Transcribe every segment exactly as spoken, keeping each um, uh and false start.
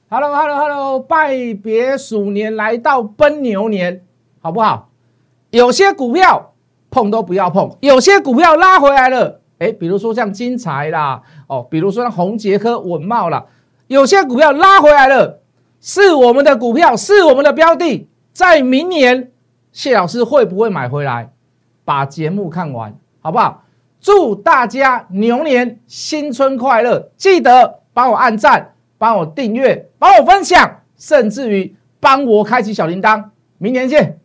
Hello Hello Hello， 拜别鼠年，来到奔牛年，好不好？有些股票碰都不要碰，有些股票拉回来了，哎，比如说像精材啦，哦，比如说像宏捷科、稳懋啦，有些股票拉回来了，是我们的股票，是我们的标的，在明年，谢老师会不会买回来？把节目看完，好不好？祝大家牛年新春快乐！记得帮我按赞。帮我订阅，帮我分享，甚至于帮我开启小铃铛。明年见！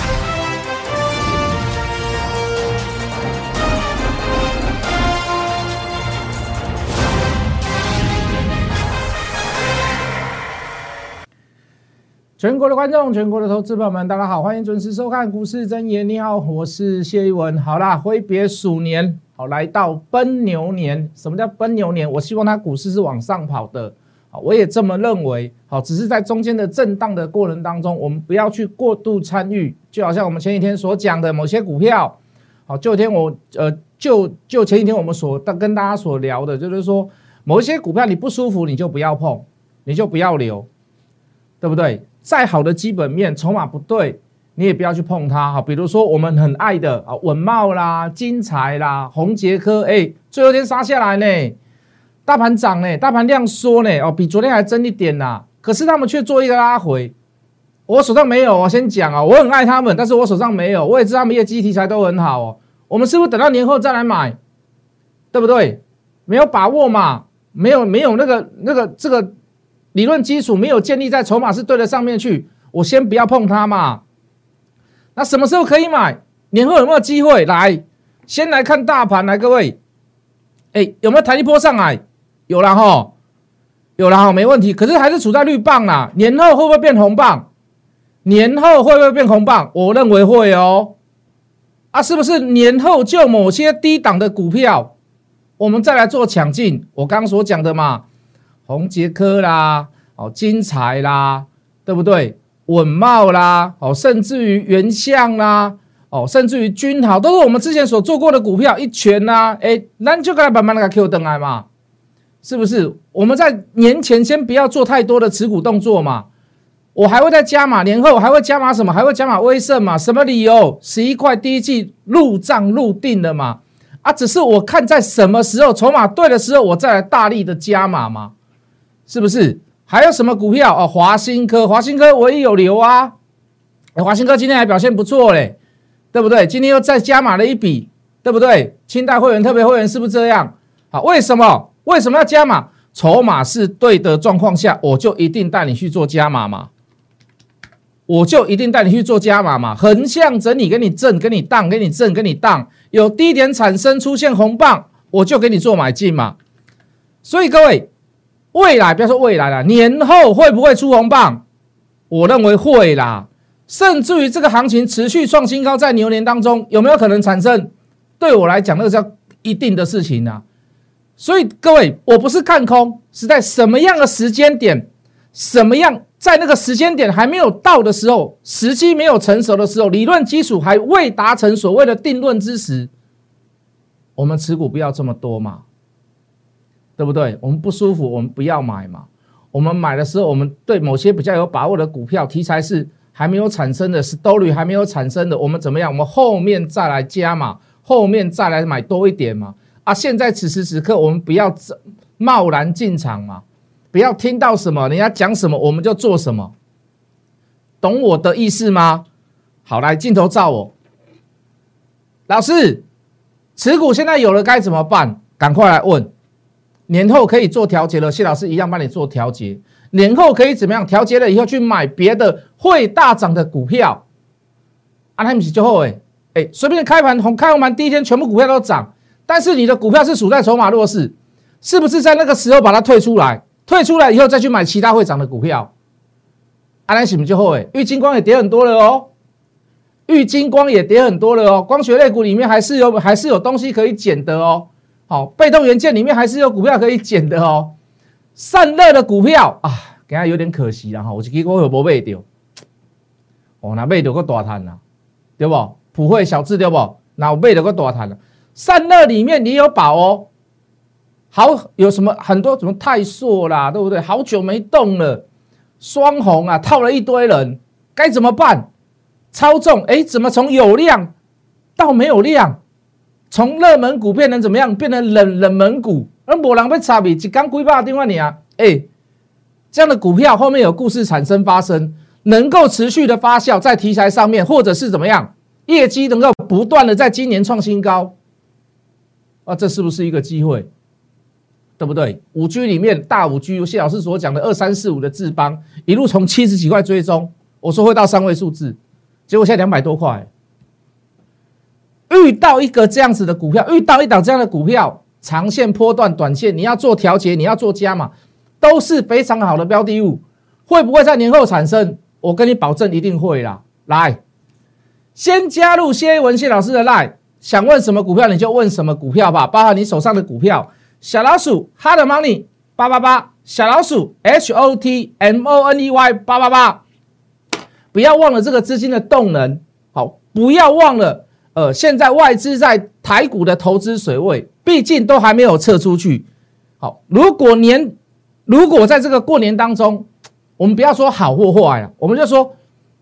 全国的观众，全国的投资朋友们，大家好，欢迎准时收看《股市真言》。你好，我是谢一文。好啦，挥别鼠年，好，来到奔牛年。什么叫奔牛年？我希望它股市是往上跑的。我也这么认为，好，只是在中间的震荡的过程当中，我们不要去过度参与，就好像我们前几天所讲的某些股票，好，就天我呃就就前几天我们所跟大家所聊的，就是说某一些股票你不舒服，你就不要碰，你就不要留，对不对？再好的基本面筹码不对，你也不要去碰它。好，比如说我们很爱的啊，稳懋啦、精材啦、宏捷科，哎，最后一天杀下来呢。大盘涨呢，大盘量缩呢，哦，比昨天还真一点呐、啊。可是他们却做一个拉回，我手上没有。我先讲啊，我很爱他们，但是我手上没有。我也知道他们业绩题材都很好哦。我们是不是等到年后再来买？对不对？没有把握嘛，没有没有那个那个这个理论基础没有建立在筹码是对的上面去，我先不要碰它嘛。那什么时候可以买？年后有没有机会？来，先来看大盘，来各位，哎，有没有弹一波上来？有啦齁，有啦齁，没问题。可是还是处在绿棒啦，年后会不会变红棒？年后会不会变红棒？我认为会哦。啊，是不是年后就某些低档的股票，我们再来做抢进？我刚刚所讲的嘛，宏捷科啦，哦，精材啦，对不对？稳懋啦，哦，甚至于原相啦，哦，甚至于君豪，都是我们之前所做过的股票，一拳啦，哎，咱就给它慢慢的 Q 登来嘛。是不是我们在年前先不要做太多的持股动作嘛？我还会再加码，年后还会加码什么？还会加码威盛嘛？什么理由？十一块第一季入账入定了嘛？啊，只是我看在什么时候筹码对的时候，我再来大力的加码嘛？是不是？还有什么股票哦？华新科，华新科我也有留啊。华新科今天还表现不错嘞，对不对？今天又再加码了一笔，对不对？清代会员、特别会员是不是这样？好，为什么？为什么要加码？筹码是对的状况下，我就一定带你去做加码嘛，我就一定带你去做加码嘛。横向整理给你震，给你荡，给你震，给你荡，有低点产生出现红棒，我就给你做买进嘛。所以各位，未来不要说未来啦，年后会不会出红棒？我认为会啦，甚至于这个行情持续创新高，在牛年当中有没有可能产生？对我来讲，那个叫一定的事情啊。所以各位，我不是看空，是在什么样的时间点，什么样在那个时间点还没有到的时候，时机没有成熟的时候，理论基础还未达成所谓的定论之时，我们持股不要这么多嘛，对不对？我们不舒服，我们不要买嘛。我们买的时候，我们对某些比较有把握的股票题材是还没有产生的，是story还没有产生的，我们怎么样？我们后面再来加码，后面再来买多一点嘛。啊！现在此时此刻，我们不要贸然进场嘛，不要听到什么人家讲什么我们就做什么，懂我的意思吗？好，来镜头照我，老师，持股现在有了该怎么办？赶快来问。年后可以做调节了，谢老师一样帮你做调节。年后可以怎么样？调节了以后去买别的会大涨的股票。啊，那不是就好诶，哎，随便开盘红开红盘第一天，全部股票都涨。但是你的股票是处在筹码弱势，是不是在那个时候把它退出来？退出来以后再去买其他会涨的股票，啊，那是不是就好诶？玉晶光也跌很多了哦，玉晶光也跌很多了哦，光学类股里面还是有还是有东西可以捡的哦。好，被动元件里面还是有股票可以捡的哦。散热的股票啊，给它有点可惜啦哈，我结果有没买到？哦，那买到个大摊啦，对不？普惠小智对不？那我买到个大摊了。散热里面你有宝哦，好有什么很多什么泰硕啦，对不对？好久没动了， 双红啊，套了一堆人，该怎么办？操纵，哎，怎么从有量到没有量？从热门股变成怎么样？变成冷冷门股，而没人被插比，一刚几百电话你啊，哎，这样的股票后面有故事产生发生，能够持续的发酵在题材上面，或者是怎么样，业绩能够不断的在今年创新高，啊，这是不是一个机会？对不对？五 G 里面大五 G， 谢老师所讲的二三四五的智邦，一路从七十几块追踪，我说会到三位数字，结果现在两百多块。遇到一个这样子的股票，遇到一档这样的股票，长线、波段、短线，你要做调节，你要做加码，都是非常好的标的物。会不会在年后产生？我跟你保证，一定会啦。来，先加入谢文谢老师的 Line， 想问什么股票你就问什么股票吧，包含你手上的股票。小老鼠 Hot Money 八八八，小老鼠 H O T M O N E Y 八八八，不要忘了这个资金的动能，好，不要忘了。呃，现在外资在台股的投资水位，毕竟都还没有撤出去。好，如果年，如果在这个过年当中，我们不要说好或坏了，我们就说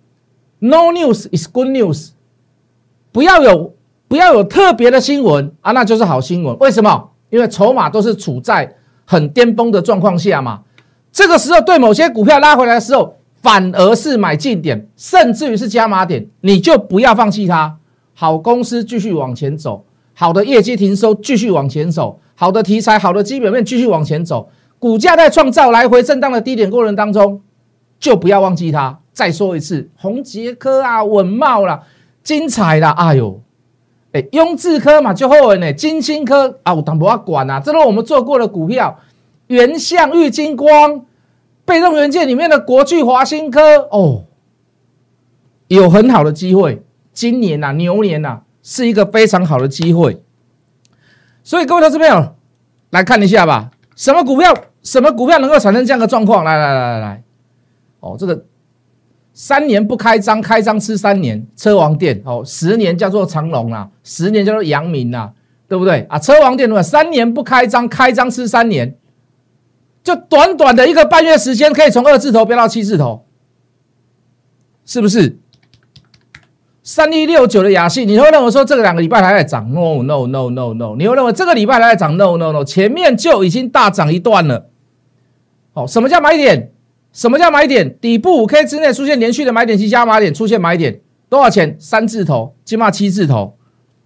no news is good news， 不要有不要有特别的新闻啊，那就是好新闻。为什么？因为筹码都是处在很巅峰的状况下嘛。这个时候对某些股票拉回来的时候，反而是买进点，甚至于是加码点，你就不要放弃它。好公司继续往前走，好的业绩营收继续往前走，好的题材、好的基本面继续往前走，股价在创造来回震荡的低点过程当中，就不要忘记它。再说一次，宏捷科啊、稳懋啦、精彩啦，哎呦，哎，雍智科嘛就好呢，金星科啊，我当不要管啊，这都我们做过的股票，原相、玉晶光、被动元件里面的国巨、华新科，哦，有很好的机会。今年啊，牛年啊，是一个非常好的机会，所以各位投资朋友来看一下吧，什么股票，什么股票能够产生这样的状况？来来来来来，哦，这个三年不开张，开张吃三年，车王店哦，十年叫做长荣啦，十年叫做阳明啦，对不对啊？车王店对吧？三年不开张，开张吃三年，就短短的一个半月时间，可以从二字头飙到七字头，是不是？三一六九的雅信，你会认为说这个两个礼拜还在涨 ？No No No No No， 你会认为这个礼拜还在涨 ？No No No， 前面就已经大涨一段了。好，什么叫买点？什么叫买点？底部五 K 之内出现连续的买点及加码点，出现买点，多少钱？三字头，起码七字头。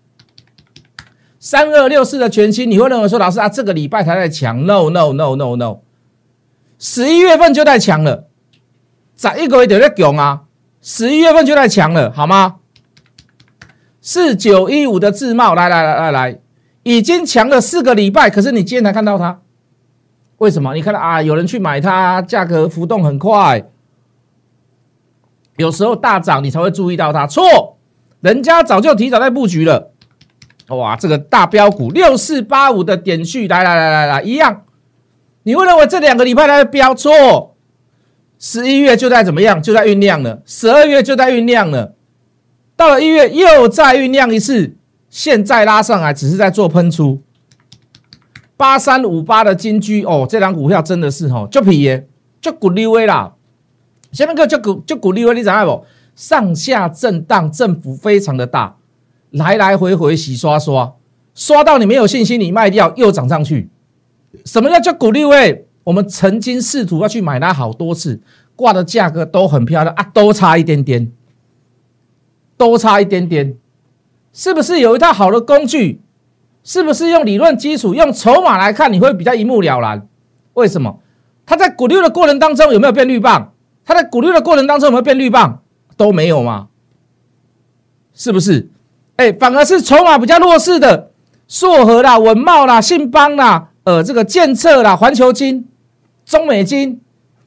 三二六四的全新，你会认为说老师啊，这个礼拜才在强 ？No No No No No， 十一月份就在强了，在一个月就在强啊，十一月份就在强了，好吗？四九一五的自贸，来来来来来，已经强了四个礼拜，可是你今天才看到它，为什么？你看到啊，有人去买它，价格浮动很快，有时候大涨你才会注意到它，错，人家早就提早在布局了。哇，这个大标股六四八五的点序，来来来来来，一样，你会认为这两个礼拜它在飙，错，十一月就在怎么样，就在酝酿了，十二月就在酝酿了。到了一月又再酝酿一次，现在拉上来只是在做喷出。八三五八的金居哦，这张股票真的是吼，就皮耶，就鼓溜威啦。下面个就鼓就鼓溜威，你知道不？上下震荡，振幅非常的大，来来回回洗刷刷，刷到你没有信心，你卖掉又涨上去。什么叫就鼓溜威？我们曾经试图要去买它好多次，挂的价格都很漂亮啊，都差一点点。都差一点点，是不是有一套好的工具？是不是用理论基础、用筹码来看，你会比较一目了然？为什么？它在鼓溜的过程当中有没有变绿棒？它在鼓溜的过程当中有没有变绿棒？都没有嘛，是不是？哎，反而是筹码比较弱势的硕和啦、稳懋啦、信邦啦、呃，这个建策啦、环球金、中美金，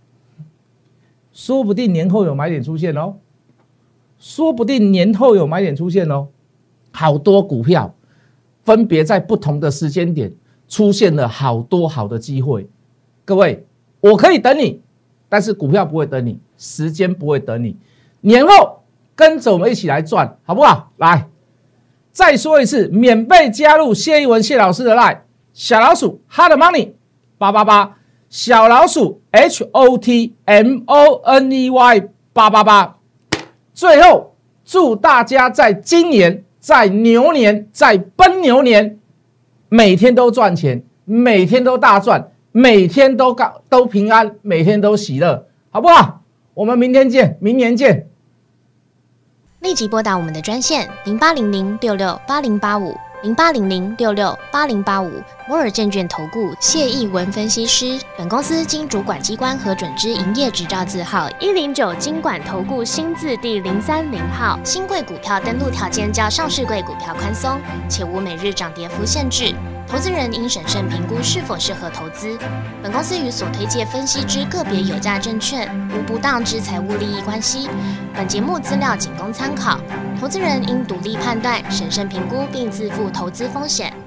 说不定年后有买点出现哦。说不定年后有买点出现哦，好多股票分别在不同的时间点出现了好多好的机会。各位，我可以等你，但是股票不会等你，时间不会等你。年后跟着我们一起来赚，好不好？来，再说一次，免费加入谢一文谢老师的 Line 小老鼠 Hot Money 八八八， 小老鼠 H O T M O N E Y 八八八。最后，祝大家在今年、在牛年、在奔牛年，每天都赚钱，每天都大赚，每天都高都平安，每天都喜乐，好不好？我们明天见，明年见。 立即拨打我们的专线零八零零六六八零八五零八零零六六八零八五摩尔证券投顾谢逸文分析师。本公司经主管机关核准之营业执照字号一零九金管投顾新字第零三零号。新贵股票登录条件较上市贵股票宽松，且无每日涨跌幅限制。投资人应审慎评估是否适合投资。本公司与所推介分析之个别有价证券无不当之财务利益关系。本节目资料仅供参考，投资人应独立判断、审慎评估并自负投资风险。